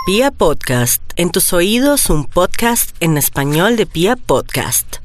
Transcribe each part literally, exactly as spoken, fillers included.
Pia Podcast, en tus oídos un podcast en español de Pia Podcast.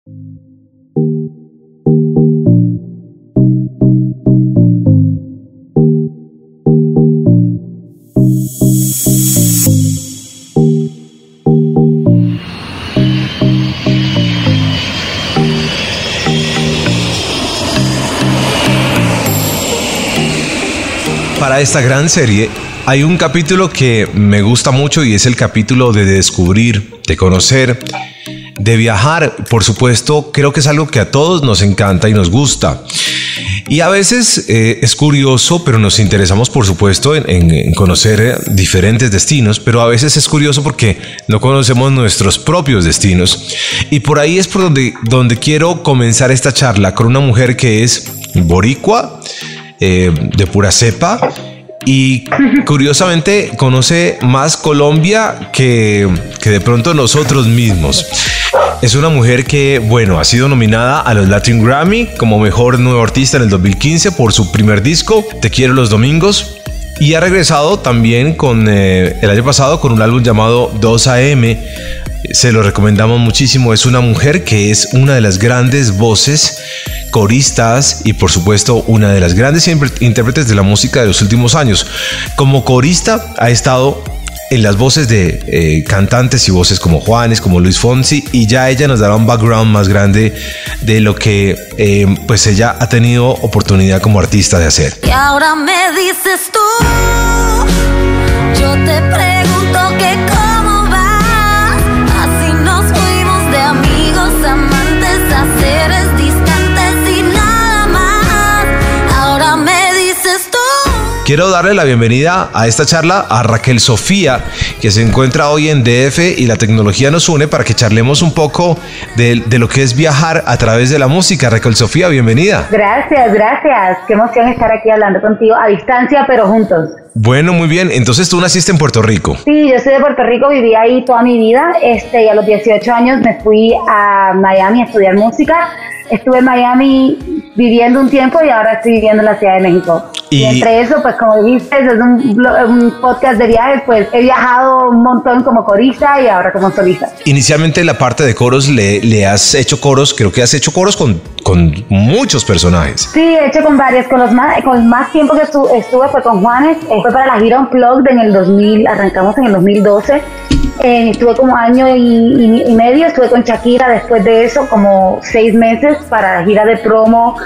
Para esta gran serie hay un capítulo que me gusta mucho y es el capítulo de descubrir, de conocer, de viajar. Por supuesto, creo que es algo que a todos nos encanta y nos gusta. Y a veces eh, es curioso, pero nos interesamos por supuesto en, en, en conocer diferentes destinos, pero a veces es curioso porque no conocemos nuestros propios destinos. Y por ahí es por donde, donde quiero comenzar esta charla con una mujer que es boricua, eh, de pura cepa, y curiosamente conoce más Colombia que, que de pronto nosotros mismos. Es una mujer que, bueno, ha sido nominada a los Latin Grammy como Mejor Nuevo Artista en el dos mil quince por su primer disco, Te Quiero los Domingos. Y ha regresado también con eh, el año pasado con un álbum llamado dos A M. Se lo recomendamos muchísimo. Es una mujer que es una de las grandes voces, coristas y por supuesto una de las grandes intérpretes de la música de los últimos años. Como corista ha estado en las voces de eh, cantantes y voces como Juanes, como Luis Fonsi, y ya ella nos dará un background más grande de lo que eh, pues ella ha tenido oportunidad como artista de hacer. Y ahora me dices tú, yo te pregunto que cómo vas, así nos fuimos de amigos, amantes, a seres distantes y nada más. Ahora me dices tú. Quiero darle la bienvenida a esta charla a Raquel Sofía, que se encuentra hoy en D F y la tecnología nos une para que charlemos un poco de, de lo que es viajar a través de la música. Raquel Sofía, bienvenida. Gracias, gracias. Qué emoción estar aquí hablando contigo a distancia, pero juntos. Bueno, muy bien. Entonces tú naciste en Puerto Rico. Sí, yo soy de Puerto Rico, viví ahí toda mi vida, este, y a los dieciocho años me fui a Miami a estudiar música. Estuve en Miami viviendo un tiempo y ahora estoy viviendo en la Ciudad de México. Y, y entre eso, pues como dijiste, es un, un podcast de viajes, pues he viajado un montón como corista y ahora como solista. Inicialmente en la parte de coros le, le has hecho coros, creo que has hecho coros con, con muchos personajes. Sí, he hecho con varios, con los más, con más tiempo que estu, estuve fue con Juanes, eh, fue para la gira Unplugged en el dos mil, arrancamos en el dos mil doce. Eh, estuve como año y, y, y medio, estuve con Shakira después de eso, como seis meses para la gira de promo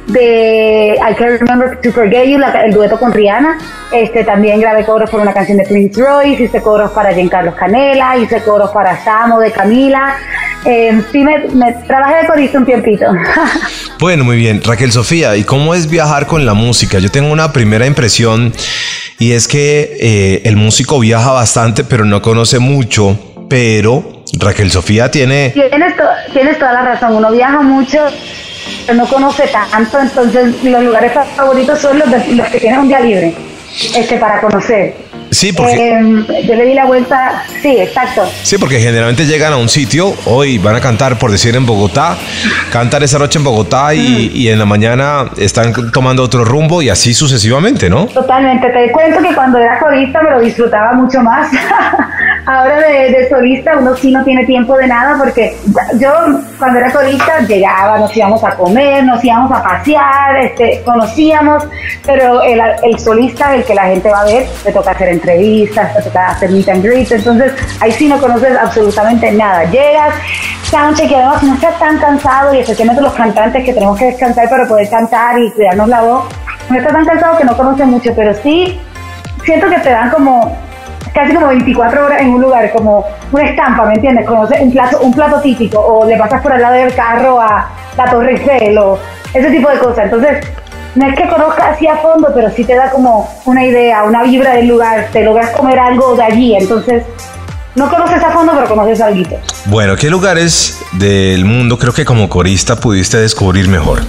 de I Can't Remember to Forget You, la, el dueto con Rihanna. Este, también grabé coros por una canción de Prince Royce, hice coros para Giancarlo Canela, hice coros para Samo de Camila. Eh, sí, me, me trabajé de corista un tiempito. Bueno, muy bien. Raquel Sofía, ¿y cómo es viajar con la música? Yo tengo una primera impresión y es que eh, el músico viaja bastante, pero no conoce mucho, pero Raquel Sofía tiene... Tienes, to- tienes toda la razón, uno viaja mucho, pero no conoce tanto, entonces los lugares favoritos son los, de, los que tienen un día libre, este, para conocer. Sí, porque... Eh, yo le di la vuelta, sí, exacto. Sí, porque generalmente llegan a un sitio, hoy van a cantar, por decir, en Bogotá, cantan esa noche en Bogotá y, mm. y en la mañana están tomando otro rumbo y así sucesivamente, ¿no? Totalmente, te cuento que cuando era solista me lo disfrutaba mucho más. Ahora de, de solista uno sí no tiene tiempo de nada porque yo cuando era solista llegaba, nos íbamos a comer, nos íbamos a pasear, este, conocíamos, pero el, el solista, el que la gente va a ver, le toca hacer entrevistas, te toca hacer meet and greet, entonces ahí sí no conoces absolutamente nada. Llegas, soundcheck, y además no estás tan cansado, y especialmente los cantantes que tenemos que descansar para poder cantar y cuidarnos la voz, no estás tan cansado que no conoces mucho, pero sí siento que te dan como casi como veinticuatro horas en un lugar, como una estampa, ¿me entiendes? Conoces un plato, un plato típico, o le pasas por al lado del carro a la Torre Eiffel, o ese tipo de cosas. Entonces, no es que conozcas así a fondo, pero sí te da como una idea, una vibra del lugar, te logras comer algo de allí, entonces no conoces a fondo, pero conoces algo. Bueno, ¿qué lugares del mundo creo que como corista pudiste descubrir mejor?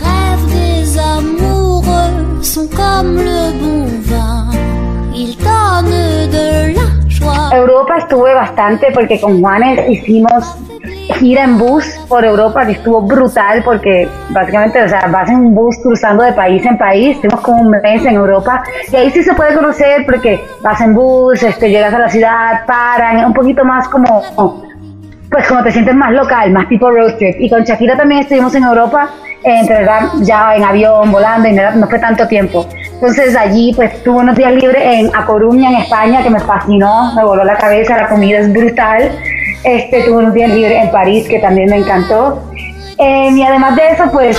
Europa estuve bastante porque con Juanes hicimos gira en bus por Europa, que estuvo brutal porque básicamente, o sea, vas en un bus cruzando de país en país, tenemos como un mes en Europa y ahí sí se puede conocer porque vas en bus, este, llegas a la ciudad, paran, un poquito más como, pues como te sientes más local, más tipo road trip. Y con Shakira también estuvimos en Europa, entre ya en avión, volando y no, no fue tanto tiempo. Entonces allí pues tuve unos días libres en A Coruña, en España, que me fascinó, me voló la cabeza, la comida es brutal. Este, tuve unos días libres en París, que también me encantó. Eh, y además de eso, pues,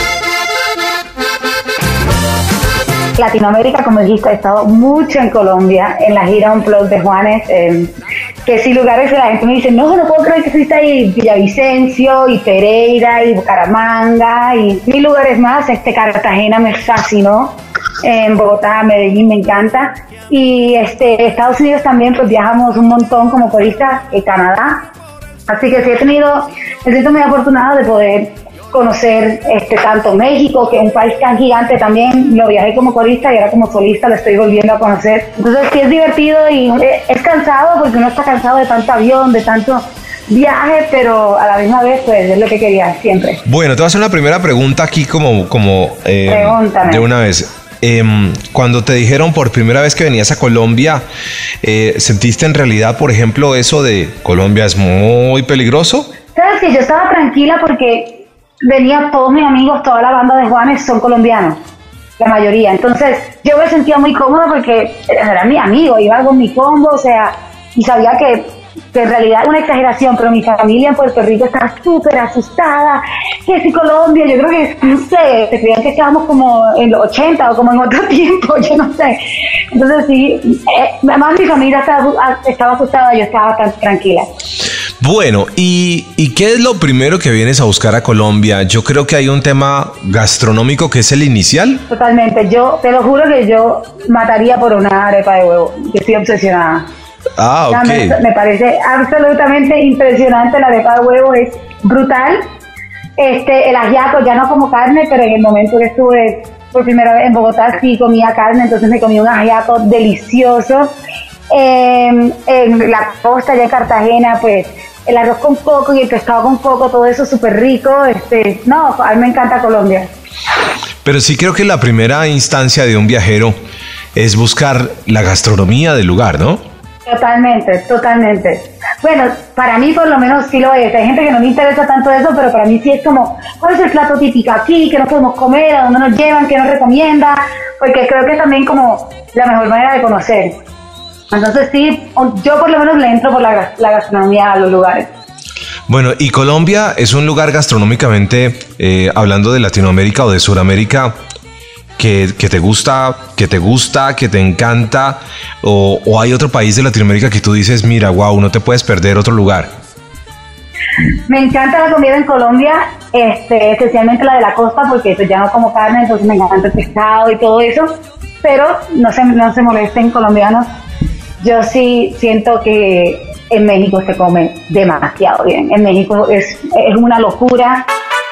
Latinoamérica, como dijiste, he estado mucho en Colombia, en la gira Unplugged de Juanes, eh, que sí, lugares que la gente me dice, no, no puedo creer que fuiste ahí, Villavicencio, y Pereira, y Bucaramanga, y mil lugares más. Este, Cartagena me fascinó, en Bogotá, Medellín me encanta. Y este, Estados Unidos también, pues viajamos un montón como turistas, en Canadá. Así que sí he tenido, me siento muy afortunada de poder conocer este, tanto México, que es un país tan gigante también, lo viajé como corista y ahora como solista lo estoy volviendo a conocer. Entonces sí es divertido y es cansado porque uno está cansado de tanto avión, de tanto viaje, pero a la misma vez pues es lo que quería siempre. Bueno, te voy a hacer una primera pregunta aquí como, como eh, de una vez. Eh, cuando te dijeron por primera vez que venías a Colombia, eh, ¿sentiste en realidad, por ejemplo, eso de Colombia es muy peligroso? Sabes que yo estaba tranquila porque venía todos mis amigos, toda la banda de Juanes son colombianos, la mayoría. Entonces yo me sentía muy cómoda porque era mi amigo, iba con mi combo, o sea, y sabía que, que en realidad es una exageración, pero mi familia en Puerto Rico estaba súper asustada. Que si Colombia, yo creo que, no sé, se creían que estábamos como en los ochenta o como en otro tiempo, yo no sé. Entonces sí, eh, además mi familia estaba, estaba asustada, yo estaba tan tranquila. Bueno, ¿y, ¿y qué es lo primero que vienes a buscar a Colombia? Yo creo que hay un tema gastronómico que es el inicial. Totalmente, yo te lo juro que yo mataría por una arepa de huevo, yo estoy obsesionada. Ah, ok. O sea, me, me parece absolutamente impresionante, la arepa de huevo es brutal. Este, el ajiaco, ya no como carne, pero en el momento que estuve por primera vez en Bogotá sí comía carne, entonces me comí un ajiaco delicioso. Eh, en la costa, ya en Cartagena, pues el arroz con coco y el pescado con coco, todo eso súper rico. Este, no, a mí me encanta Colombia. Pero sí creo que la primera instancia de un viajero es buscar la gastronomía del lugar, ¿no? Totalmente, totalmente. Bueno, para mí por lo menos sí lo es. Hay gente que no me interesa tanto eso, pero para mí sí es como, ¿cuál es el plato típico aquí? ¿Qué nos podemos comer? ¿A dónde nos llevan? ¿Qué nos recomienda? Porque creo que es también como la mejor manera de conocer. Entonces sí, yo por lo menos le entro por la, la gastronomía a los lugares. Bueno, y Colombia es un lugar gastronómicamente, eh, hablando de Latinoamérica o de Sudamérica, que, que te gusta, que te gusta, que te encanta, o, o hay otro país de Latinoamérica que tú dices, mira, wow, no te puedes perder otro lugar. Me encanta la comida en Colombia, este, especialmente la de la costa, porque pues ya no como carne, entonces me encanta el pescado y todo eso, pero no se, no se molesten colombianos. Yo sí siento que en México se come demasiado bien. En México es, es una locura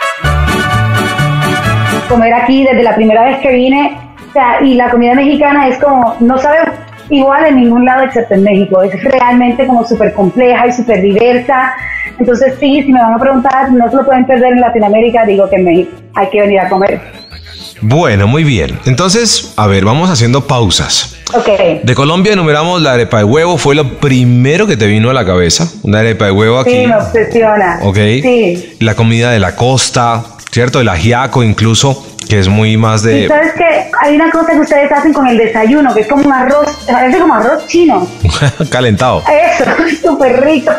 comer aquí desde la primera vez que vine. O sea, y la comida mexicana es como, no sabe igual en ningún lado excepto en México. Es realmente como súper compleja y súper diversa. Entonces sí, si me van a preguntar, no se lo pueden perder en Latinoamérica, digo que en México hay que venir a comer. Bueno, muy bien. Entonces, a ver, vamos haciendo pausas. Okay. De Colombia enumeramos la arepa de huevo, fue lo primero que te vino a la cabeza. Una arepa de huevo aquí. Sí, me obsesiona. Ok. Sí. La comida de la costa, ¿cierto? El ajiaco incluso, que es muy más de... ¿Y sabes qué? Hay una cosa que ustedes hacen con el desayuno, que es como un arroz, parece como arroz chino. Calentado. Eso, es súper rico.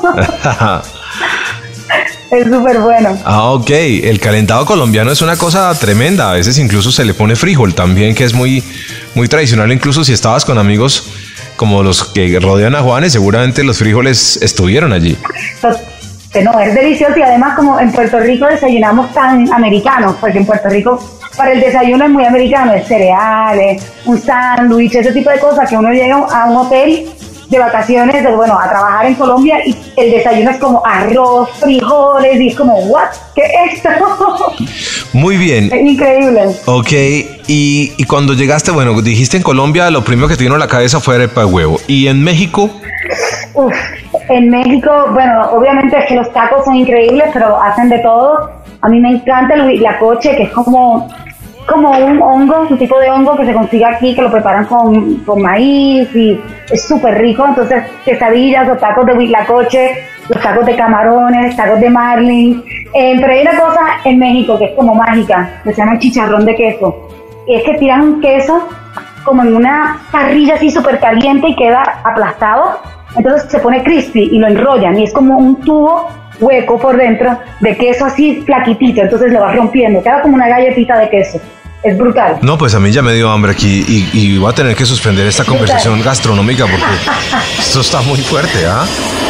Es súper bueno. Ah, ok. El calentado colombiano es una cosa tremenda. A veces incluso se le pone frijol también, que es muy, muy tradicional. Incluso si estabas con amigos como los que rodean a Juanes, seguramente los frijoles estuvieron allí. No, es delicioso y además como en Puerto Rico desayunamos tan americanos, porque en Puerto Rico para el desayuno es muy americano, es cereales, un sándwich, ese tipo de cosas que uno llega a un hotel de vacaciones, de, bueno, a trabajar en Colombia y el desayuno es como arroz, frijoles y es como, ¿what? ¿Qué es esto? Muy bien. Es increíble. Ok, y, y cuando llegaste, bueno, dijiste en Colombia, lo primero que te vino a la cabeza fue arepa de huevo. ¿Y en México? Uf, en México, bueno, obviamente es que los tacos son increíbles, pero hacen de todo. A mí me encanta el huitlacoche, que es como, como un hongo, un tipo de hongo que se consigue aquí, que lo preparan con, con maíz y es súper rico. Entonces, quesadillas o tacos de huitlacoche, los tacos de camarones, tacos de marlin. Eh, pero hay una cosa en México que es como mágica, que se llama el chicharrón de queso. Y es que tiran un queso como en una parrilla así súper caliente y queda aplastado. Entonces se pone crispy y lo enrollan y es como un tubo hueco por dentro de queso así flaquitito, entonces lo vas rompiendo, queda como una galletita de queso. Es brutal. No, pues a mí ya me dio hambre aquí y, y voy a tener que suspender esta conversación gastronómica porque esto está muy fuerte, ¿ah?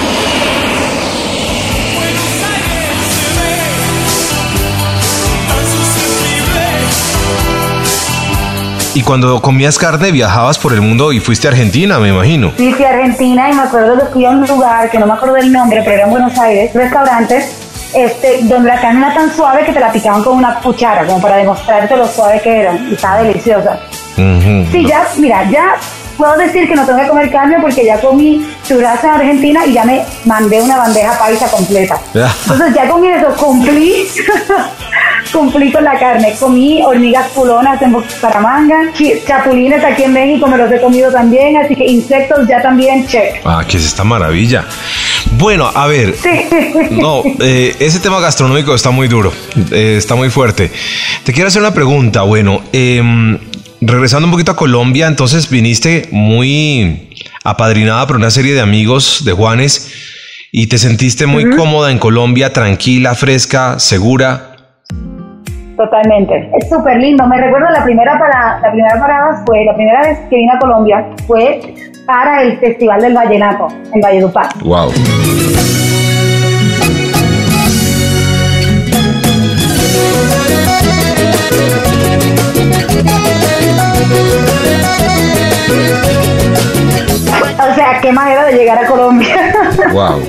Y cuando comías carne viajabas por el mundo y fuiste a Argentina, me imagino. Sí, fui a Argentina y me acuerdo que fui a un lugar que no me acuerdo del nombre, pero era en Buenos Aires, restaurantes, este, donde la carne era tan suave que te la picaban con una cuchara, como para demostrarte lo suave que era, y estaba deliciosa. Uh-huh. Sí, ya, mira, ya puedo decir que no tengo que comer carne porque ya comí churrasco en Argentina y ya me mandé una bandeja paisa completa. Entonces ya con eso cumplí, cumplí con la carne. Comí hormigas culonas en Bucaramanga, chapulines aquí en México me los he comido también, así que insectos ya también check. Ah, que es esta maravilla. Bueno, a ver, sí. no, eh, ese tema gastronómico está muy duro, eh, está muy fuerte. Te quiero hacer una pregunta, bueno, eh, regresando un poquito a Colombia, entonces viniste muy apadrinada por una serie de amigos de Juanes y te sentiste muy uh-huh. cómoda en Colombia, tranquila, fresca, segura. Totalmente, es súper lindo. Me recuerdo la primera parada, la primera parada fue, la primera vez que vine a Colombia fue para el Festival del Vallenato en Valledupar. Wow. O sea, qué manera de llegar a Colombia. Wow.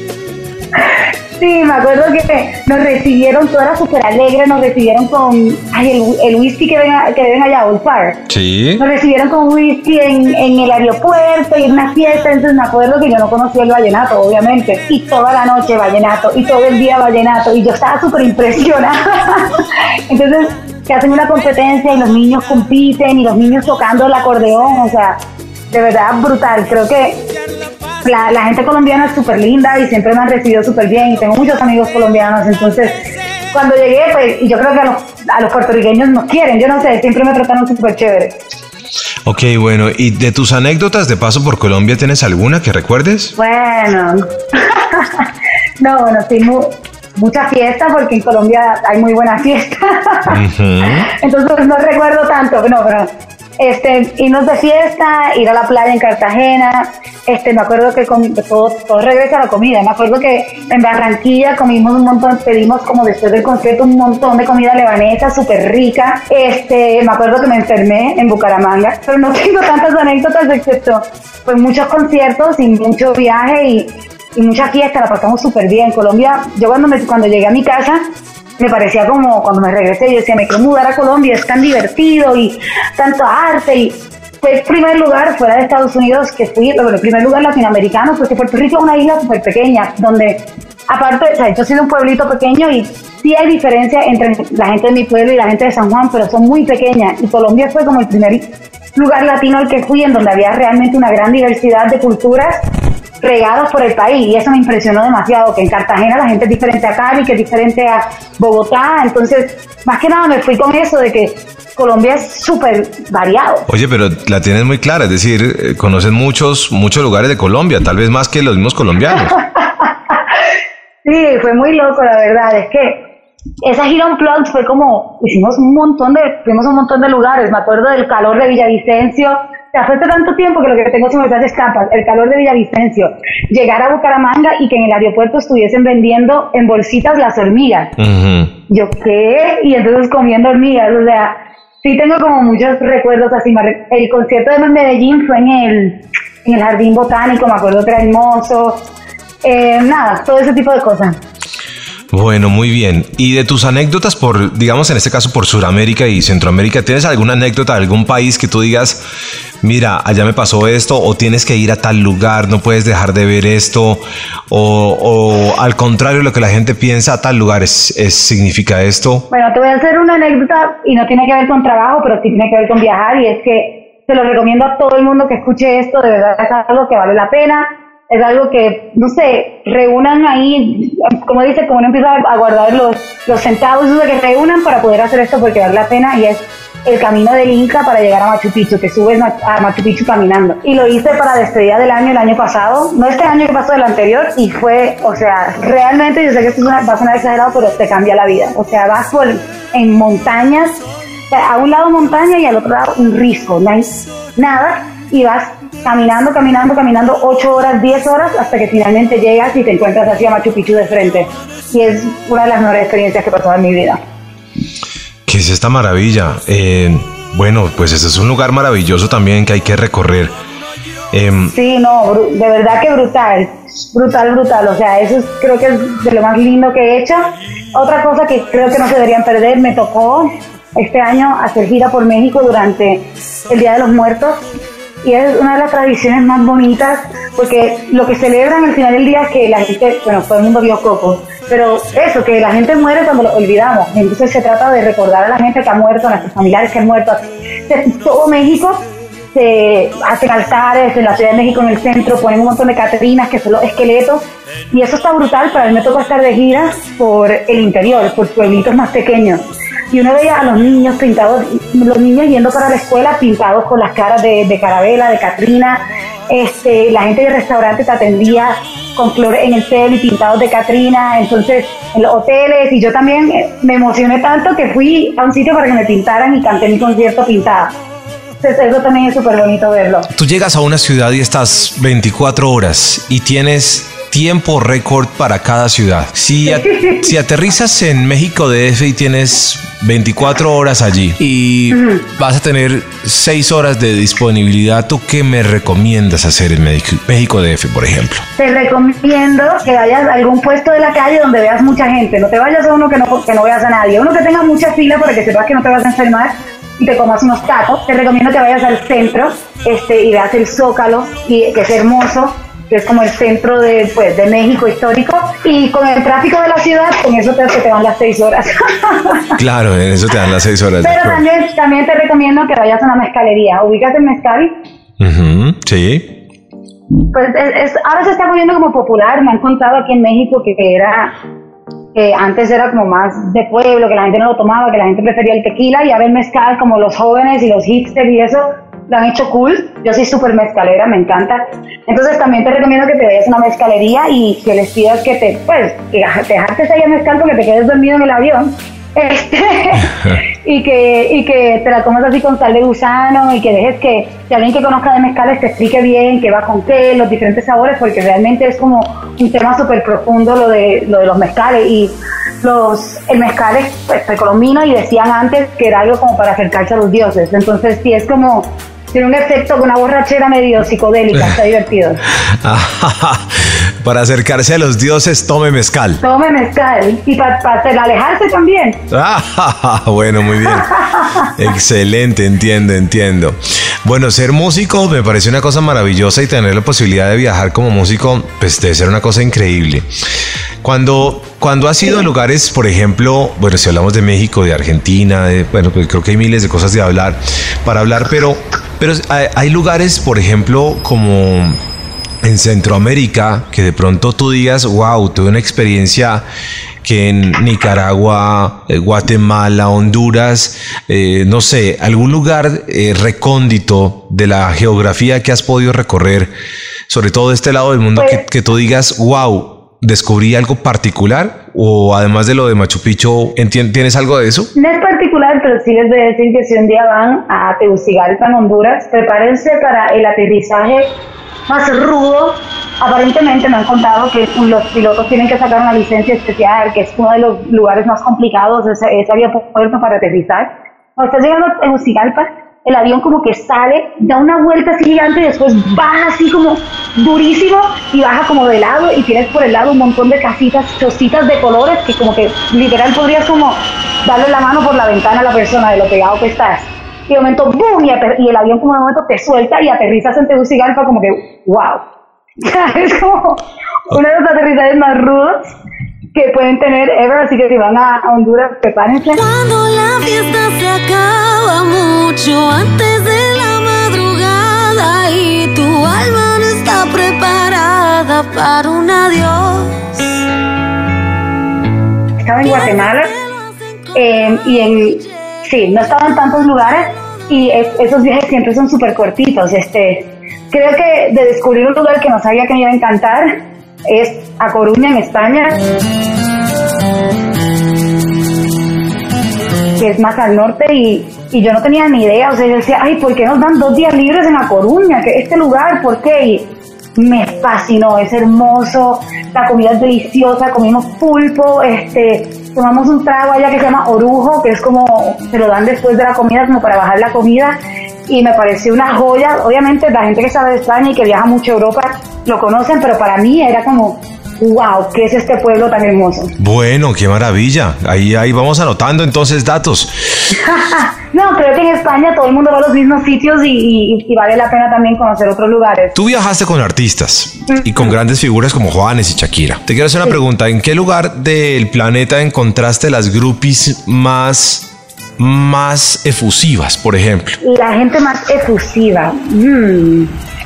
Sí, me acuerdo que nos recibieron, todo era súper alegre, nos recibieron con ay, el, el whisky que ven, que ven allá, Old Fire. Sí. Nos recibieron con whisky en, en el aeropuerto y en una fiesta, entonces me acuerdo que yo no conocía el vallenato, obviamente, y toda la noche vallenato, y todo el día vallenato, y yo estaba súper impresionada. Entonces, que hacen una competencia y los niños compiten, y los niños tocando el acordeón, o sea, de verdad brutal. Creo que La, la gente colombiana es súper linda y siempre me han recibido súper bien y tengo muchos amigos colombianos, entonces cuando llegué, pues, y yo creo que a los, a los puertorriqueños nos quieren, yo no sé, siempre me trataron súper chévere. Ok, bueno, ¿y de tus anécdotas de paso por Colombia tienes alguna que recuerdes? Bueno, no, bueno, sí, mu mucha fiesta porque en Colombia hay muy buena fiesta, uh-huh. Entonces no recuerdo tanto, no, pero... Este, irnos de fiesta, ir a la playa en Cartagena, este, me acuerdo que con, todo, todo regresa a la comida, me acuerdo que en Barranquilla comimos un montón, pedimos como después del concierto un montón de comida libanesa súper rica, este, me acuerdo que me enfermé en Bucaramanga, pero no tengo tantas anécdotas excepto pues muchos conciertos y mucho viaje y, y mucha fiesta, la pasamos súper bien. Colombia, yo cuando, me, cuando llegué a mi casa, me parecía como cuando me regresé, yo decía, me quiero mudar a Colombia, es tan divertido y tanto arte. Y fue el primer lugar fuera de Estados Unidos que fui, bueno, el primer lugar latinoamericano, porque Puerto Rico es una isla súper pequeña, donde aparte, o sea, yo soy de un pueblito pequeño y sí hay diferencia entre la gente de mi pueblo y la gente de San Juan, pero son muy pequeñas. Y Colombia fue como el primer lugar latino al que fui, en donde había realmente una gran diversidad de culturas regados por el país, y eso me impresionó demasiado, que en Cartagena la gente es diferente a Cali, que es diferente a Bogotá, entonces más que nada me fui con eso de que Colombia es súper variado. Oye, pero la tienes muy clara, es decir, conoces muchos, muchos lugares de Colombia, tal vez más que los mismos colombianos. Sí, fue muy loco, la verdad, es que esa gira Unplugged fue como, hicimos un montón de, fuimos a un montón de lugares, me acuerdo del calor de Villavicencio. O sea, fue hace tanto tiempo que lo que tengo son esas estampas, el calor de Villavicencio, llegar a Bucaramanga y que en el aeropuerto estuviesen vendiendo en bolsitas las hormigas. Uh-huh. Yo, ¿qué? Y entonces comiendo hormigas, o sea, sí tengo como muchos recuerdos así. El concierto de Medellín fue en el, en el Jardín Botánico, me acuerdo que era hermoso, eh, nada, todo ese tipo de cosas. Bueno, muy bien. Y de tus anécdotas por, digamos, en este caso por Sudamérica y Centroamérica, ¿tienes alguna anécdota de algún país que tú digas, mira, allá me pasó esto, o tienes que ir a tal lugar, no puedes dejar de ver esto, o, o al contrario, lo que la gente piensa, a tal lugar es, es significa esto? Bueno, te voy a hacer una anécdota y no tiene que ver con trabajo, pero sí tiene que ver con viajar, y es que te lo recomiendo a todo el mundo que escuche esto, de verdad es algo que vale la pena. Es algo que, no sé, reúnan ahí, como dice, como uno empieza a guardar los, los centavos, o sea, que reúnan para poder hacer esto porque vale la pena, y es el camino del Inca para llegar a Machu Picchu, que subes a Machu Picchu caminando. Y lo hice para despedida del año, el año pasado, no este año que pasó, el anterior, y fue, o sea, realmente, yo sé que esto es una, va a sonar exagerado, pero te cambia la vida. O sea, vas por, en montañas, o sea, a un lado montaña y al otro lado un risco, no hay nada, y vas caminando, caminando, caminando ocho horas, diez horas, hasta que finalmente llegas y te encuentras así a Machu Picchu de frente. Y es una de las mejores experiencias que pasó en mi vida. ¿Qué es esta maravilla? Eh, bueno, pues ese es un lugar maravilloso también que hay que recorrer. Eh, sí, no, de verdad que brutal, brutal, brutal. O sea, eso es, creo que es de lo más lindo que he hecho. Otra cosa que creo que no se deberían perder, me tocó este año hacer gira por México durante el Día de los Muertos. Y es una de las tradiciones más bonitas, porque lo que celebran al final del día es que la gente, bueno, todo el mundo vio Coco, pero eso, que la gente muere cuando lo olvidamos. Entonces se trata de recordar a la gente que ha muerto, a nuestros familiares que han muerto. Todo México se hacen altares, en la Ciudad de México en el centro ponen un montón de catrinas que son los esqueletos, y eso está brutal. Para mí me tocó estar de gira por el interior, por pueblitos más pequeños. Y uno veía a los niños pintados, los niños yendo para la escuela pintados con las caras de, de Carabela, de Catrina. Este, la gente del restaurante te atendía con flores en el cel y pintados de Catrina. Entonces, en los hoteles, y yo también me emocioné tanto que fui a un sitio para que me pintaran y canté mi concierto pintada. Entonces, eso también es súper bonito verlo. Tú llegas a una ciudad y estás veinticuatro horas y tienes tiempo récord para cada ciudad. Si, a, si aterrizas en México D F y tienes veinticuatro horas allí y uh-huh. vas a tener seis horas de disponibilidad, ¿tú qué me recomiendas hacer en México, México D F, por ejemplo? Te recomiendo que vayas a algún puesto de la calle donde veas mucha gente. No te vayas a uno que no, que no veas a nadie. Uno que tenga mucha fila para que sepas que no te vas a enfermar y te comas unos tacos. Te recomiendo que vayas al centro este, y veas el Zócalo, y, que es hermoso, que es como el centro de, pues, de México histórico, y con el tráfico de la ciudad, con eso te, te van las seis horas. Claro, en eso te dan las seis horas. Pero también, también te recomiendo que vayas a una mezcalería. ¿Ubicas el mezcal? Uh-huh, sí. Pues es, es, ahora se está volviendo como popular. Me han contado aquí en México que, que era, que antes era como más de pueblo, que la gente no lo tomaba, que la gente prefería el tequila, y ahora el mezcal, como los jóvenes y los hipsters y eso, lo han hecho cool. Yo soy súper mezcalera, me encanta. Entonces también te recomiendo que te vayas a una mezcalería y que les pidas que te, pues, que te dejaste ahí a mezcal porque te quedes dormido en el avión. Este, y que y que te la comas así con sal de gusano, y que dejes que, que alguien que conozca de mezcales te explique bien qué va con qué, los diferentes sabores, porque realmente es como un tema súper profundo lo de, lo de los mezcales. Y los el mezcal es pues, precolombino, y decían antes que era algo como para acercarse a los dioses. Entonces sí, es como, tiene un efecto con una borrachera medio psicodélica, está divertido. Para acercarse a los dioses, tome mezcal. Tome mezcal. Y para pa, pa alejarse también. Bueno, muy bien. Excelente, entiendo, entiendo. Bueno, ser músico me parece una cosa maravillosa, y tener la posibilidad de viajar como músico, pues debe ser una cosa increíble. Cuando, cuando has ido a lugares, por ejemplo, bueno, si hablamos de México, de Argentina, de, bueno, pues creo que hay miles de cosas de hablar, para hablar, pero, pero hay, hay lugares, por ejemplo, como en Centroamérica, que de pronto tú digas, wow, tuve una experiencia que en Nicaragua, eh, Guatemala, Honduras, eh, no sé, algún lugar eh, recóndito de la geografía que has podido recorrer, sobre todo de este lado del mundo, pues, que, que tú digas, wow, descubrí algo particular, o además de lo de Machu Picchu, ¿tienes algo de eso? No es particular, pero sí les voy a decir que si un día van a Tegucigalpa, en Honduras, prepárense para el aterrizaje más rudo. Aparentemente me han contado que los pilotos tienen que sacar una licencia especial, que es uno de los lugares más complicados, ese, ese aeropuerto para aterrizar. Cuando estás llegando a Tegucigalpa, el avión como que sale, da una vuelta así gigante y después baja así como durísimo y baja como de lado y tienes por el lado un montón de casitas, chocitas de colores que como que literal podrías como darle la mano por la ventana a la persona de lo pegado que estás. Y de momento, ¡boom! Y, ater- y el avión como de momento te suelta y aterrizas en Tegucigalpa como que, ¡wow! Es como uno de los aterrizajes más rudos que pueden tener ever, así que si van a, a Honduras, prepárense. Cuando la fiesta se acaba mucho antes de la madrugada y tu alma no está preparada para un adiós. Estaba en Guatemala eh, y en, sí, no estaba en tantos lugares y es, esos viajes siempre son súper cortitos. Este, creo que de descubrir un lugar que no sabía que me iba a encantar es A Coruña, en España, que es más al norte y, y yo no tenía ni idea, o sea, yo decía, ay, ¿por qué nos dan dos días libres en A Coruña? ¿Qué, este lugar? ¿Por qué? Y me fascinó, es hermoso, la comida es deliciosa, comimos pulpo, este, tomamos un trago allá que se llama orujo, que es como, se lo dan después de la comida como para bajar la comida, y me pareció una joya. Obviamente la gente que sabe de España y que viaja mucho a Europa lo conocen, pero para mí era como, wow, ¿qué es este pueblo tan hermoso? Bueno, qué maravilla. Ahí, ahí vamos anotando entonces datos. No, creo que en España todo el mundo va a los mismos sitios y, y, y vale la pena también conocer otros lugares. Tú viajaste con artistas y con grandes figuras como Juanes y Shakira. Te quiero hacer una pregunta. ¿En qué lugar del planeta encontraste las groupies más, más efusivas, por ejemplo? La gente más efusiva. Mm.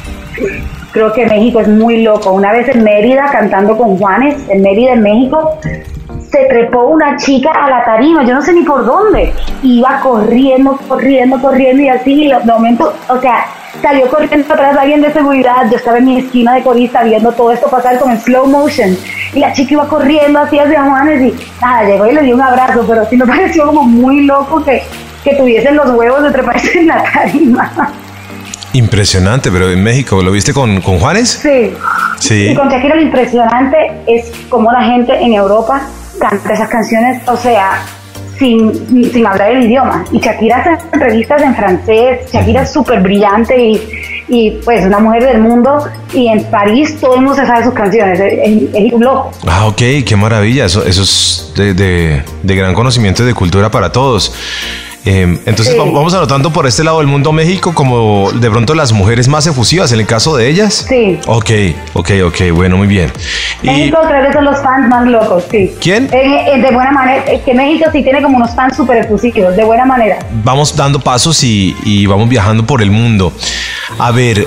Creo que México es muy loco. Una vez en Mérida, cantando con Juanes, en Mérida, en México, se trepó una chica a la tarima, yo no sé ni por dónde. Iba corriendo, corriendo, corriendo y así, y de momento, o sea, salió corriendo atrás de alguien de seguridad. Yo estaba en mi esquina de corista viendo todo esto pasar como en slow motion. Y la chica iba corriendo así hacia Juanes y nada, llegó y le dio un abrazo, pero sí me pareció como muy loco que, que tuviesen los huevos de treparse en la tarima. Impresionante, pero en México, ¿lo viste con, con Juanes? Sí. Sí. Y con Shakira lo impresionante es cómo la gente en Europa canta esas canciones, o sea, sin, sin hablar el idioma. Y Shakira hace entrevistas en francés, Shakira es súper brillante y, y pues una mujer del mundo, y en París todo el mundo se sabe sus canciones, es, es, es un loco. Ah, ok, qué maravilla, eso, eso es de, de, de gran conocimiento y de cultura para todos. Eh, entonces Sí. vamos anotando por este lado del mundo México como de pronto las mujeres más efusivas en el caso de ellas. Sí. Ok, ok, ok, bueno, muy bien. Y México creo que son los fans más locos, sí. ¿Quién? En- en- de buena manera, es que México sí tiene como unos fans súper efusivos, de buena manera. vamos dando pasos y, y vamos viajando por el mundo. A ver,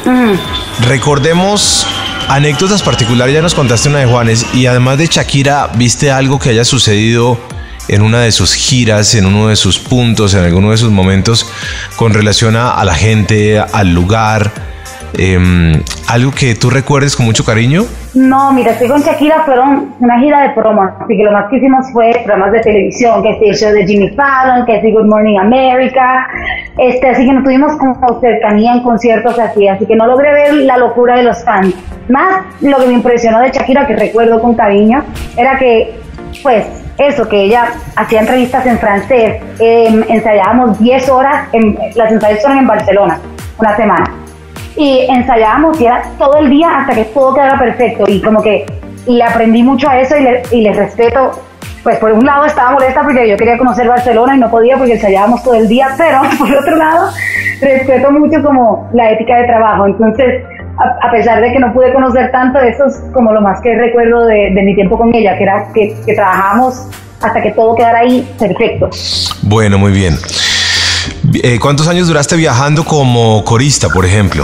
recordemos anécdotas particulares, ya nos contaste una de Juanes y además de Shakira, ¿viste algo que haya sucedido en una de sus giras, en uno de sus puntos, en alguno de sus momentos con relación a, a la gente, al lugar? Eh, ¿Algo que tú recuerdes con mucho cariño? No, mira, estoy con Shakira, fueron una gira de promo, así que lo más que hicimos fue programas de televisión, que es el show de Jimmy Fallon, que es el Good Morning America, este, así que no tuvimos como cercanía en conciertos así, así que no logré ver la locura de los fans. Más lo que me impresionó de Shakira, que recuerdo con cariño, era que, pues, eso, que ella hacía entrevistas en francés, eh, ensayábamos diez horas, en, las ensayos fueron en Barcelona, una semana. Y ensayábamos y era todo el día hasta que todo quedara perfecto, y como que le aprendí mucho a eso y le, y le respeto. Pues por un lado estaba molesta porque yo quería conocer Barcelona y no podía porque ensayábamos todo el día, pero por otro lado respeto mucho como la ética de trabajo. Entonces, a, a pesar de que no pude conocer tanto, eso es como lo más que recuerdo de, de mi tiempo con ella, que era que, que trabajábamos hasta que todo quedara ahí perfecto. Bueno, muy bien. Eh, ¿Cuántos años duraste viajando como corista, por ejemplo?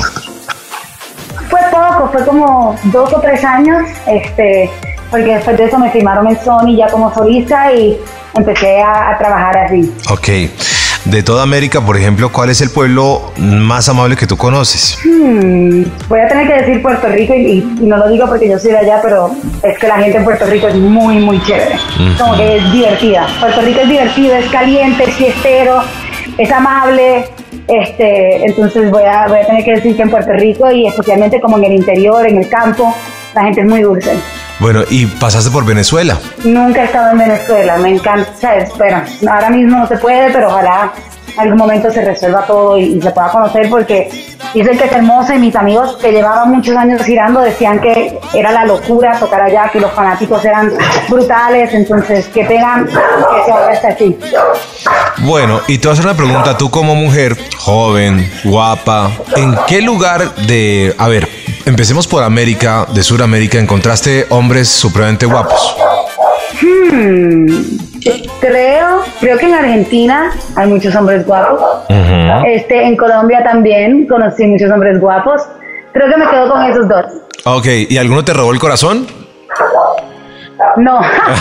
Fue poco, fue como dos o tres años, este, porque después de eso me firmaron en Sony ya como solista y empecé a, a trabajar así. Ok. De toda América, por ejemplo, ¿cuál es el pueblo más amable que tú conoces? Hmm, voy a tener que decir Puerto Rico y, y no lo digo porque yo soy de allá, pero es que la gente en Puerto Rico es muy, muy chévere. Uh-huh. Como que es divertida. Puerto Rico es divertido, es caliente, es fiestero, es amable. Este, entonces voy a, voy a tener que decir que en Puerto Rico y especialmente como en el interior, en el campo, la gente es muy dulce. Bueno, y pasaste por Venezuela. Nunca he estado en Venezuela, me encanta, ¿sabes? Pero ahora mismo no se puede, pero ojalá en algún momento se resuelva todo y, y se pueda conocer, porque dicen que es hermosa y mis amigos que llevaban muchos años girando decían que era la locura tocar allá, que los fanáticos eran brutales, entonces que tengan que se ahora está así. Bueno, y te voy a hacer una pregunta, tú como mujer, joven, guapa, ¿en qué lugar de, a ver, empecemos por América, de Sudamérica, encontraste hombres supremamente guapos? Hmm, creo, creo que en Argentina hay muchos hombres guapos. Uh-huh. Este, en Colombia también conocí muchos hombres guapos. Creo que me quedo con esos dos. Ok, ¿y alguno te robó el corazón? No.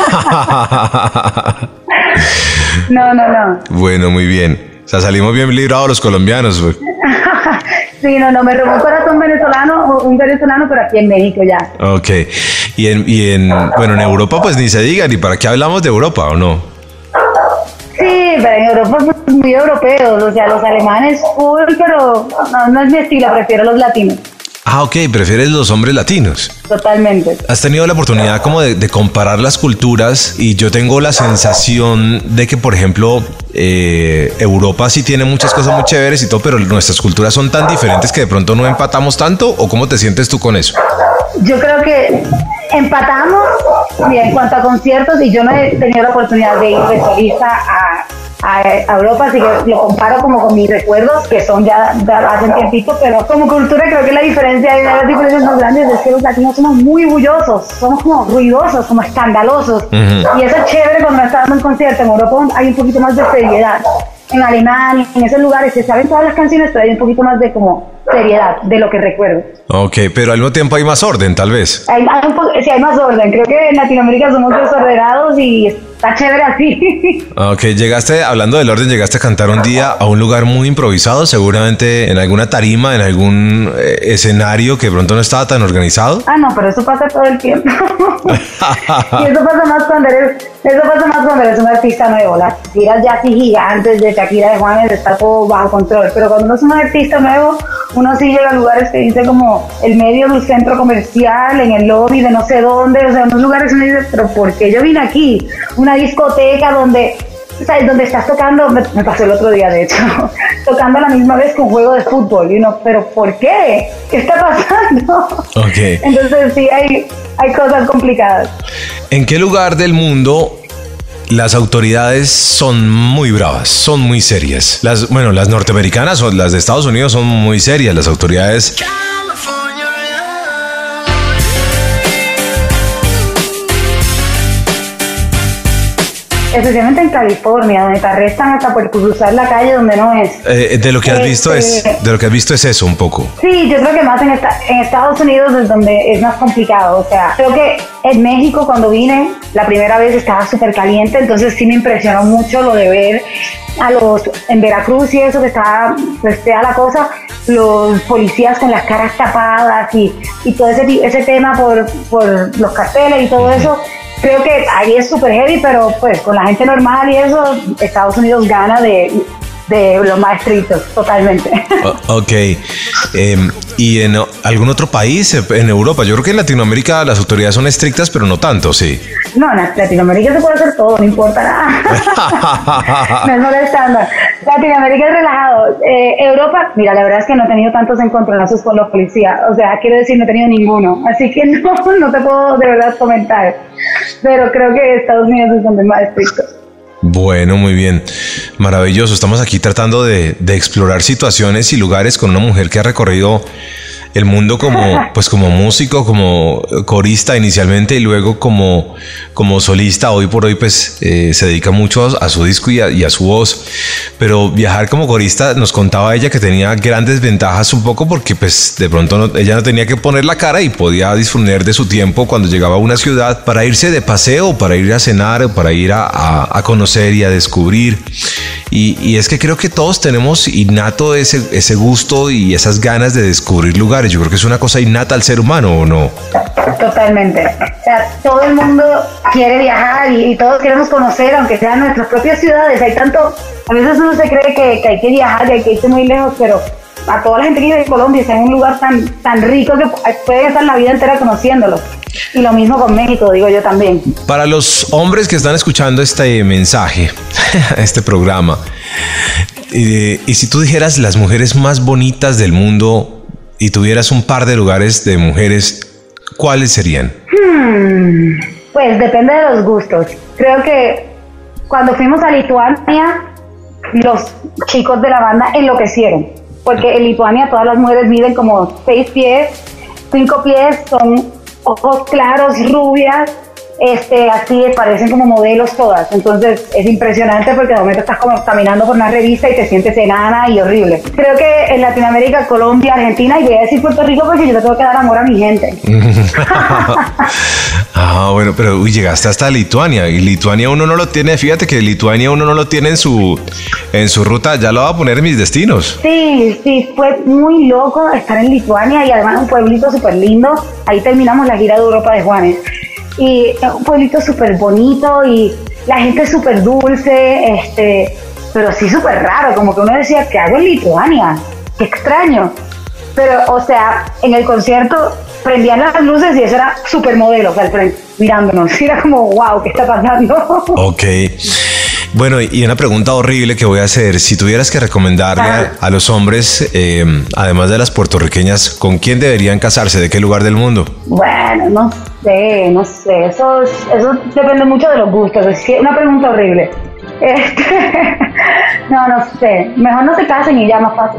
No, no, no. Bueno, muy bien. O sea, salimos bien librados los colombianos, güey. Sí, no, no, me robó un corazón venezolano, un venezolano, pero aquí en México ya. Ok. Y en, y en, bueno, en Europa pues ni se diga, ni para qué hablamos de Europa, ¿o no? Sí, pero en Europa pues muy europeos, o sea, los alemanes full, pero no, no es mi estilo, prefiero los latinos. Ah, ok, prefieres los hombres latinos. Totalmente. Has tenido la oportunidad como de, de comparar las culturas y yo tengo la sensación de que, por ejemplo, eh, Europa sí tiene muchas cosas muy chéveres y todo, pero nuestras culturas son tan diferentes que de pronto no empatamos tanto, ¿o cómo te sientes tú con eso? Yo creo que empatamos en cuanto a conciertos y yo no he tenido la oportunidad de ir de solista a... a Europa, así que lo comparo como con mis recuerdos, que son ya de hace un tiempito, pero como cultura creo que la diferencia, una de las diferencias más grandes es que los latinos somos muy bullosos, somos como ruidosos, como escandalosos, uh-huh. Y eso es chévere cuando está dando un concierto. En Europa hay un poquito más de seriedad, en Alemania, en esos lugares se saben todas las canciones, pero hay un poquito más de como seriedad, de lo que recuerdo. Ok, pero al mismo tiempo hay más orden, tal vez. Hay, hay un po- sí, hay más orden. Creo que en Latinoamérica somos desordenados y está chévere así. Ok, llegaste, hablando del orden, llegaste a cantar un día a un lugar muy improvisado, seguramente en alguna tarima, en algún eh, escenario que de pronto no estaba tan organizado. Ah, no, pero eso pasa todo el tiempo. Y eso pasa más cuando eres, eso pasa más cuando eres un artista nuevo. Las giras ya así gigantes de Shakira, de Juanes, está todo bajo control. Pero cuando uno es un artista nuevo, uno sí llega a lugares que dice como el medio de un centro comercial, en el lobby de no sé dónde, o sea, unos lugares uno dice, pero ¿por qué yo vine aquí? Una discoteca donde, ¿sabes? Donde estás tocando, me, me pasó el otro día de hecho, tocando a la misma vez que un juego de fútbol, y uno, pero ¿por qué? ¿Qué está pasando? Okay. Entonces sí, hay, hay cosas complicadas. ¿En qué lugar del mundo las autoridades son muy bravas, son muy serias? Las, bueno, las norteamericanas o las de Estados Unidos son muy serias, las autoridades. Especialmente en California, donde te arrestan hasta por cruzar la calle donde no es. Eh, de lo que has este, visto es, de lo que has visto es eso un poco. Sí, yo creo que más en, esta, en Estados Unidos es donde es más complicado. O sea, creo que en México cuando vine la primera vez estaba súper caliente, entonces sí me impresionó mucho lo de ver a los en Veracruz y eso que estaba pues fea la cosa, los policías con las caras tapadas y, y todo ese ese tema por, por los carteles y todo eso. Creo que ahí es súper heavy, pero pues con la gente normal y eso, Estados Unidos gana de, de los más estrictos, totalmente. Oh, ok. Eh, ¿Y en algún otro país, en Europa? Yo creo que en Latinoamérica las autoridades son estrictas, pero no tanto, sí. No, en Latinoamérica se puede hacer todo, no importa nada. No es molestando. Latinoamérica es relajado. Eh, Europa, mira, la verdad es que no he tenido tantos encontronazos con los policías. O sea, quiero decir, no he tenido ninguno. Así que no, no te puedo de verdad comentar. Pero creo que Estados Unidos es donde es más estricto. Bueno, muy bien. Maravilloso. Estamos aquí tratando de, de explorar situaciones y lugares con una mujer que ha recorrido el mundo como, pues como músico, como corista inicialmente y luego como, como solista. Hoy por hoy pues eh, se dedica mucho a, a su disco y a, y a su voz, pero viajar como corista, nos contaba ella que tenía grandes ventajas un poco porque pues de pronto no, ella no tenía que poner la cara y podía disfrutar de su tiempo cuando llegaba a una ciudad para irse de paseo, para ir a cenar, para ir a, a, a conocer y a descubrir. Y, y es que creo que todos tenemos innato ese, ese gusto y esas ganas de descubrir lugares. Yo creo que es una cosa innata al ser humano, ¿o no? Totalmente. O sea, todo el mundo quiere viajar y, y todos queremos conocer, aunque sean nuestras propias ciudades. Hay tanto, a veces uno se cree que, que hay que viajar, que hay que irse muy lejos, pero a toda la gente que vive en Colombia está en un lugar tan, tan rico que puede estar la vida entera conociéndolo. Y lo mismo con México, digo yo también. Para los hombres que están escuchando este mensaje, este programa, y, y si tú dijeras las mujeres más bonitas del mundo y tuvieras un par de lugares de mujeres, ¿cuáles serían? Hmm, pues depende de los gustos. Creo que cuando fuimos a Lituania, los chicos de la banda enloquecieron, porque en Lituania todas las mujeres miden como seis pies, cinco pies, son ojos claros, rubias, este, así parecen como modelos todas. Entonces es impresionante porque de momento estás como caminando por una revista y te sientes enana y horrible. Creo que en Latinoamérica, Colombia, Argentina, y voy a decir Puerto Rico porque yo le tengo que dar amor a mi gente. Ah, bueno, pero uy, llegaste hasta Lituania y Lituania uno no lo tiene, fíjate que Lituania uno no lo tiene en su en su ruta, ya lo va a poner en mis destinos. Sí, sí, fue muy loco estar en Lituania y además un pueblito súper lindo. Ahí terminamos la gira de Europa de Juanes. Y es un pueblito súper bonito y la gente súper dulce, este, pero sí súper raro, como que uno decía, ¿qué hago en Lituania? Qué extraño. Pero, o sea, en el concierto prendían las luces y eso era súper modelos al frente, mirándonos. Y era como, wow, ¿qué está pasando? Ok. Bueno, y una pregunta horrible que voy a hacer. Si tuvieras que recomendarle a, a los hombres, eh, además de las puertorriqueñas, ¿con quién deberían casarse? ¿De qué lugar del mundo? Bueno, no sé, no sé. Eso, es, eso depende mucho de los gustos. Es una pregunta horrible. Este, no, no sé. Mejor no se casen y ya más fácil.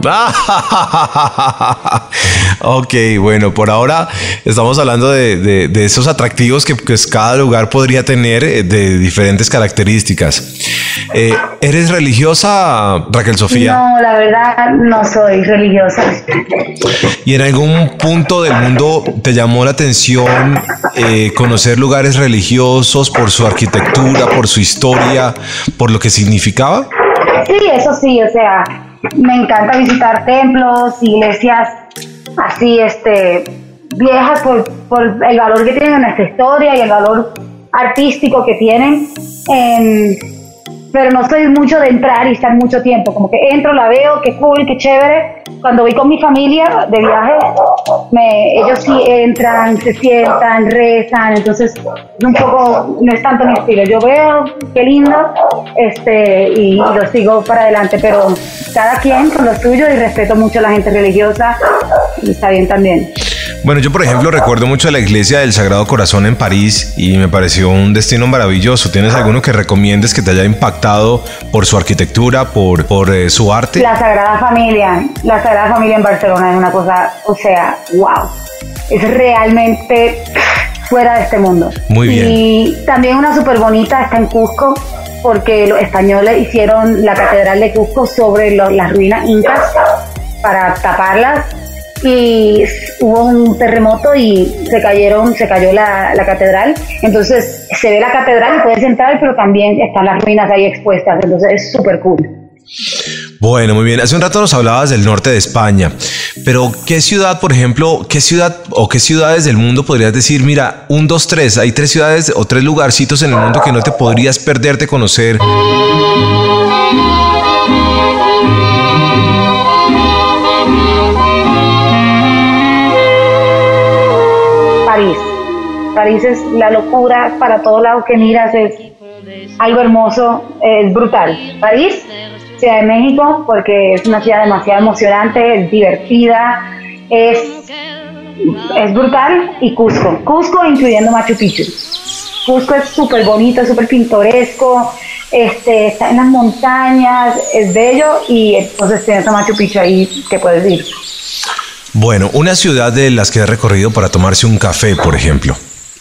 Ok, bueno, por ahora estamos hablando de, de, de esos atractivos que pues, cada lugar podría tener eh, de diferentes características. Eh, ¿Eres religiosa, Raquel Sofía? No, la verdad no soy religiosa. ¿Y en algún punto del mundo te llamó la atención eh, conocer lugares religiosos por su arquitectura, por su historia, por lo que significaba? Sí, eso sí, o sea, me encanta visitar templos, iglesias así, este, viejas por, por el valor que tienen en nuestra historia y el valor artístico que tienen. Eh, pero no soy mucho de entrar y estar mucho tiempo, como que entro, la veo, qué cool, qué chévere. Cuando voy con mi familia de viaje, me, ellos sí entran, se sientan, rezan, entonces un poco, no es tanto mi estilo. Yo veo, qué lindo, este, y, y lo sigo para adelante, pero cada quien con lo suyo y respeto mucho a la gente religiosa y está bien también. Bueno, yo por ejemplo recuerdo mucho la iglesia del Sagrado Corazón en París y me pareció un destino maravilloso. ¿Tienes alguno que recomiendes que te haya impactado por su arquitectura, por, por eh, su arte? La Sagrada Familia, la Sagrada Familia en Barcelona es una cosa, o sea, wow, es realmente fuera de este mundo. Muy bien. Y también una súper bonita está en Cusco, porque los españoles hicieron la Catedral de Cusco sobre lo, las ruinas incas para taparlas. Y hubo un terremoto y se cayeron, se cayó la, la catedral. Entonces se ve la catedral y puedes entrar, pero también están las ruinas ahí expuestas. Entonces es súper cool. Bueno, muy bien. Hace un rato nos hablabas del norte de España, pero ¿qué ciudad, por ejemplo, qué ciudad o qué ciudades del mundo podrías decir, mira, un, dos, tres, hay tres ciudades o tres lugarcitos en el mundo que no te podrías perder de conocer? París. París es la locura para todos lados que miras, es algo hermoso, es brutal. París, Ciudad de México, porque es una ciudad demasiado emocionante, es divertida, es, es brutal, y Cusco. Cusco incluyendo Machu Picchu. Cusco es súper bonito, es súper pintoresco, este, está en las montañas, es bello, y entonces tienes a Machu Picchu ahí que puedes ir. Bueno, una ciudad de las que he recorrido para tomarse un café, por ejemplo.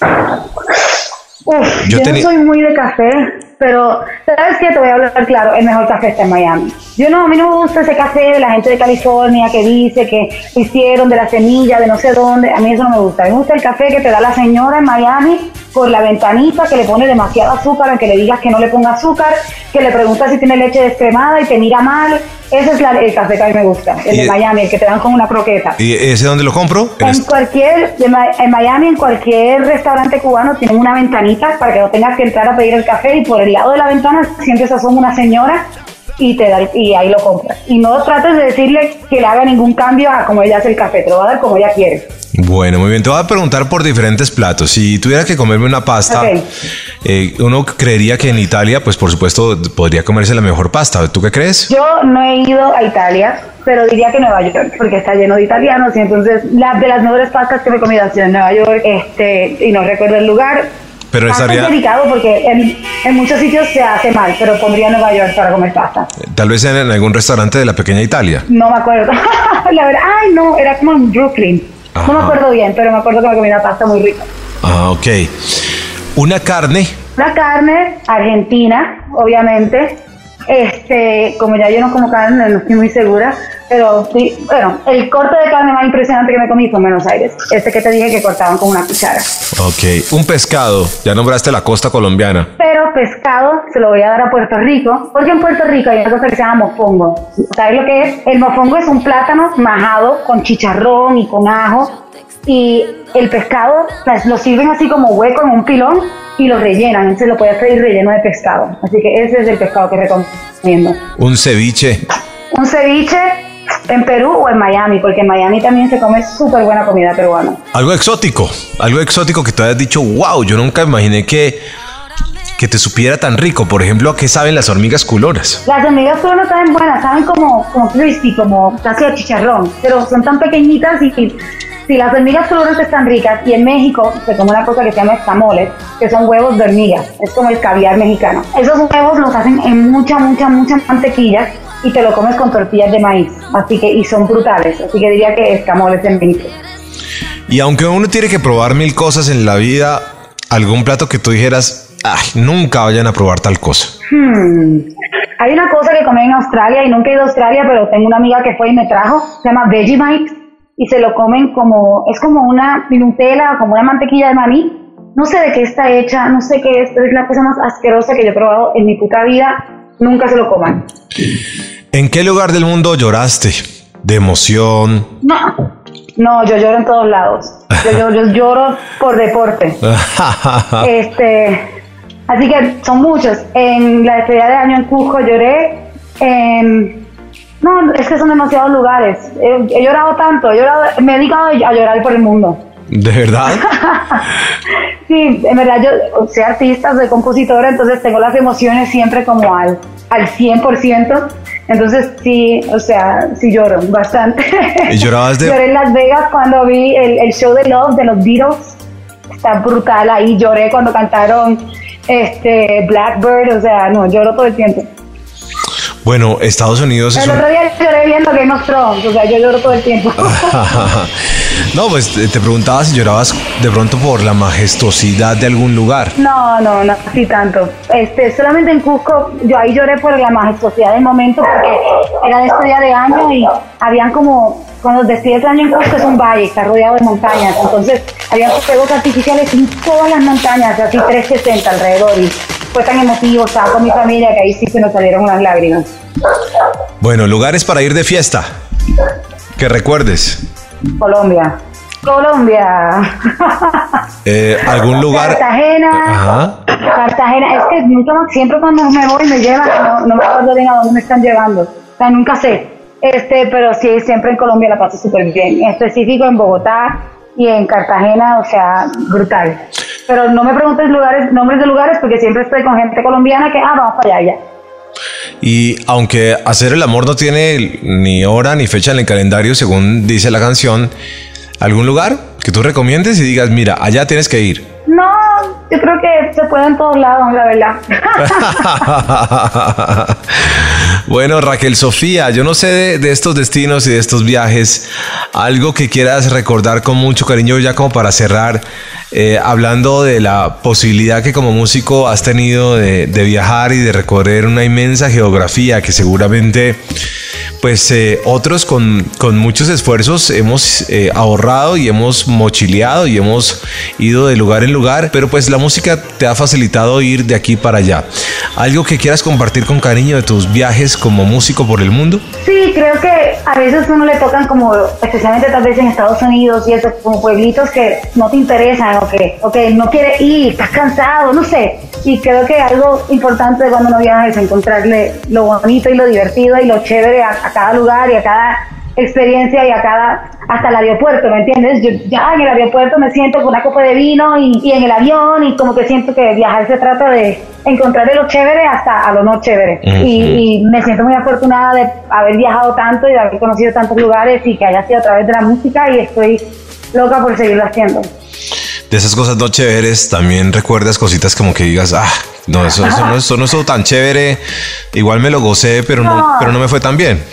Uf, yo, yo no soy muy de café, pero ¿sabes qué? Te voy a hablar claro, el mejor café está en Miami. Yo no, a mí no me gusta ese café de la gente de California que dice que hicieron de la semilla de no sé dónde. A mí eso no me gusta. A mí me gusta el café que te da la señora en Miami por la ventanita, que le pone demasiado azúcar, aunque le digas que no le ponga azúcar, que le preguntas si tiene leche descremada y te mira mal. Ese es la, el café que a mí me gusta, el de Miami, el que te dan con una croqueta. ¿Y ese dónde lo compro? En cualquier, en Miami, en cualquier restaurante cubano tienen una ventanita para que no tengas que entrar a pedir el café, y por el lado de la ventana siempre se asoma una señora y te da, y ahí lo compras. Y no trates de decirle que le haga ningún cambio a como ella hace el café, te lo va a dar como ella quiere. Bueno, muy bien. Te voy a preguntar por diferentes platos. Si tuviera que comerme una pasta, okay, Eh, uno creería que en Italia, pues por supuesto, podría comerse la mejor pasta. ¿Tú qué crees? Yo no he ido a Italia, pero diría que Nueva York, porque está lleno de italianos y entonces la, de las mejores pastas que me he comido han sido en Nueva York, este, y no recuerdo el lugar. Pero estaría... Es delicado porque en, en muchos sitios se hace mal, pero pondría Nueva York para comer pasta. Tal vez en, en algún restaurante de la pequeña Italia. No me acuerdo. La verdad, ay no, era como en Brooklyn. Ajá. No me acuerdo bien, pero me acuerdo que me comí una pasta muy rica. Ah, ok. Una carne. Una carne argentina, obviamente. Este, como ya yo no como carne, no estoy muy segura, pero sí, bueno, el corte de carne más impresionante que me comí fue en Buenos Aires. Este que te dije que cortaban con una cuchara. Ok, un pescado. Ya nombraste la costa colombiana. Pero pescado se lo voy a dar a Puerto Rico, porque en Puerto Rico hay una cosa que se llama mofongo. ¿Sabes lo que es? El mofongo es un plátano majado con chicharrón y con ajo. Y el pescado pues, lo sirven así como hueco en un pilón y lo rellenan, entonces lo puedes pedir relleno de pescado. Así que ese es el pescado que recomiendo. Un ceviche. Un ceviche en Perú o en Miami, porque en Miami también se come súper buena comida peruana. Algo exótico, algo exótico que tú hayas dicho, wow, yo nunca imaginé que, que te supiera tan rico. Por ejemplo, ¿a qué saben las hormigas culonas? Las hormigas culonas saben buenas, saben como, como crispy, como casi de chicharrón, pero son tan pequeñitas y... Sí, las hormigas culonas están ricas y en México se come una cosa que se llama escamoles, que son huevos de hormigas, es como el caviar mexicano. Esos huevos los hacen en mucha, mucha, mucha mantequilla y te lo comes con tortillas de maíz, así que, y son brutales, así que diría que escamoles en México. Y aunque uno tiene que probar mil cosas en la vida, ¿algún plato que tú dijeras, ay, nunca vayan a probar tal cosa? Hmm. Hay una cosa que comí en Australia y nunca he ido a Australia, pero tengo una amiga que fue y me trajo, se llama Vegemite. Y se lo comen como, es como una Nutella, como una mantequilla de maní. No sé de qué está hecha, no sé qué es, pero es la cosa más asquerosa que yo he probado en mi puta vida. Nunca se lo coman. ¿En qué lugar del mundo lloraste? ¿De emoción? No, no, yo lloro en todos lados. Yo, yo, yo lloro por deporte. este, así que son muchos. En la despedida de año en Cusco lloré. En... No, es que son demasiados lugares. He, he llorado tanto, he llorado, me he dedicado a llorar por el mundo. ¿De verdad? Sí, en verdad yo soy artista, soy compositora, entonces tengo las emociones siempre como al, al cien por ciento. Entonces sí, o sea, sí lloro bastante. ¿Y llorabas de...? Lloré en Las Vegas cuando vi el, el show de Love de los Beatles. Está brutal ahí. Lloré cuando cantaron este Blackbird, o sea, no, lloro todo el tiempo. Bueno, Estados Unidos es El un... otro día lloré viendo Game of Thrones, o sea, yo lloro todo el tiempo. No, pues te preguntaba si llorabas de pronto por la majestuosidad de algún lugar. No, no, no así tanto. Este, solamente en Cusco, yo ahí lloré por la majestuosidad del momento, porque era despedida de año y habían como, cuando despides el año en Cusco es un valle, está rodeado de montañas, entonces había fuegos artificiales en todas las montañas, así trescientos sesenta alrededor, y fue tan emotivo, estaba con mi familia que ahí sí se nos salieron unas lágrimas. Bueno, lugares para ir de fiesta, que recuerdes. Colombia. Colombia. Eh, ¿Algún lugar? Cartagena. Ajá. Cartagena. Es que nunca más, siempre cuando me voy me llevan, no, no me acuerdo bien a dónde me están llevando. O sea, nunca sé. Este, pero sí, siempre en Colombia la paso súper bien. En específico en Bogotá y en Cartagena, o sea, brutal. Pero no me preguntes lugares, nombres de lugares, porque siempre estoy con gente colombiana que, ah, vamos para allá ya. Y aunque hacer el amor no tiene ni hora ni fecha en el calendario, según dice la canción, ¿algún lugar que tú recomiendes y digas, mira, allá tienes que ir? No, yo creo que se puede en todos lados, la verdad. Bueno, Raquel Sofía, yo no sé de, de estos destinos y de estos viajes, algo que quieras recordar con mucho cariño ya como para cerrar, eh, hablando de la posibilidad que como músico has tenido de, de viajar y de recorrer una inmensa geografía que seguramente pues eh, otros con, con muchos esfuerzos hemos eh, ahorrado y hemos mochileado y hemos ido de lugar en lugar, pero pues la música te ha facilitado ir de aquí para allá. ¿Algo que quieras compartir con cariño de tus viajes como músico por el mundo? Sí, creo que a veces uno le tocan como, especialmente tal vez en Estados Unidos y eso, como pueblitos que no te interesan o que, o que no quieres ir, estás cansado, no sé. Y creo que algo importante cuando uno viaja es encontrarle lo bonito y lo divertido y lo chévere a, a cada lugar y a cada experiencia y a cada hasta el aeropuerto, ¿me entiendes? Yo ya en el aeropuerto me siento con una copa de vino y, y en el avión y como que siento que viajar se trata de encontrar de lo chévere hasta a lo no chévere. Uh-huh. y, y me siento muy afortunada de haber viajado tanto y de haber conocido tantos lugares y que haya sido a través de la música y estoy loca por seguirlo haciendo. De esas cosas no chéveres, también recuerdas cositas como que digas, ah, no, eso, eso, no, eso no estuvo tan chévere, igual me lo gocé, pero no, no pero no me fue tan bien.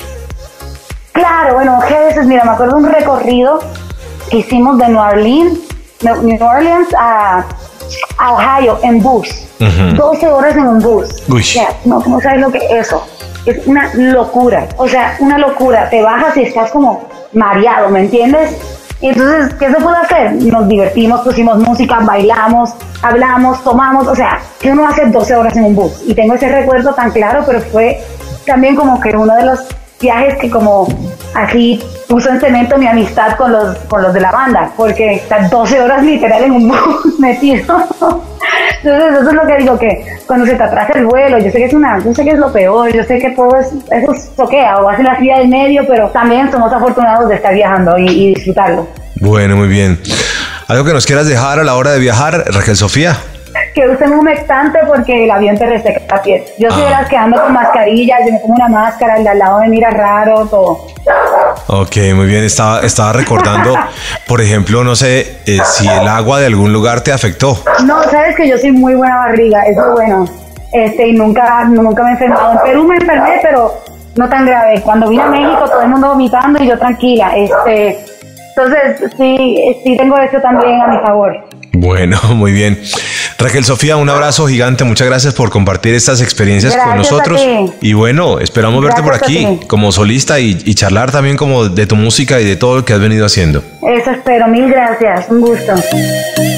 Claro, bueno, ¿qué veces? Mira, me acuerdo de un recorrido que hicimos de New Orleans, New Orleans a, a Ohio en bus, uh-huh. doce horas en un bus. Uy. Ya, no, no sabes lo que es eso, es una locura, o sea, una locura, te bajas y estás como mareado, ¿me entiendes? Y entonces, ¿qué se puede hacer? Nos divertimos, pusimos música, bailamos, hablamos, tomamos, o sea, que uno hace doce horas en un bus. Y tengo ese recuerdo tan claro, pero fue también como que uno de los viajes que como así puso en cemento mi amistad con los con los de la banda, porque estar doce horas literal en un bus metido. Entonces eso es lo que digo, que cuando se te atrasa el vuelo, yo sé que es una, yo sé que es lo peor, yo sé que todo es, eso soquea o hace la silla del medio, pero también somos afortunados de estar viajando y, y disfrutarlo. Bueno, muy bien. ¿Algo que nos quieras dejar a la hora de viajar, Raquel Sofía? Que usen un humectante porque el avión te reseca la piel. Yo soy ah. de las que ando con mascarillas, yo me pongo una máscara, el de al lado me mira raro, todo. Ok, muy bien. Estaba, estaba recordando, por ejemplo, no sé eh, si el agua de algún lugar te afectó. No, sabes que yo soy muy buena barriga, eso es bueno. Este, y nunca, nunca me he enfermado. En Perú me enfermé, pero no tan grave. Cuando vine a México, todo el mundo vomitando y yo tranquila. Este, entonces, sí, sí tengo eso también a mi favor. Bueno, muy bien. Raquel Sofía, un abrazo gigante. Muchas gracias por compartir estas experiencias gracias con nosotros. Y bueno, esperamos gracias verte por aquí como solista y, y charlar también como de tu música y de todo lo que has venido haciendo. Eso espero. Mil gracias. Un gusto.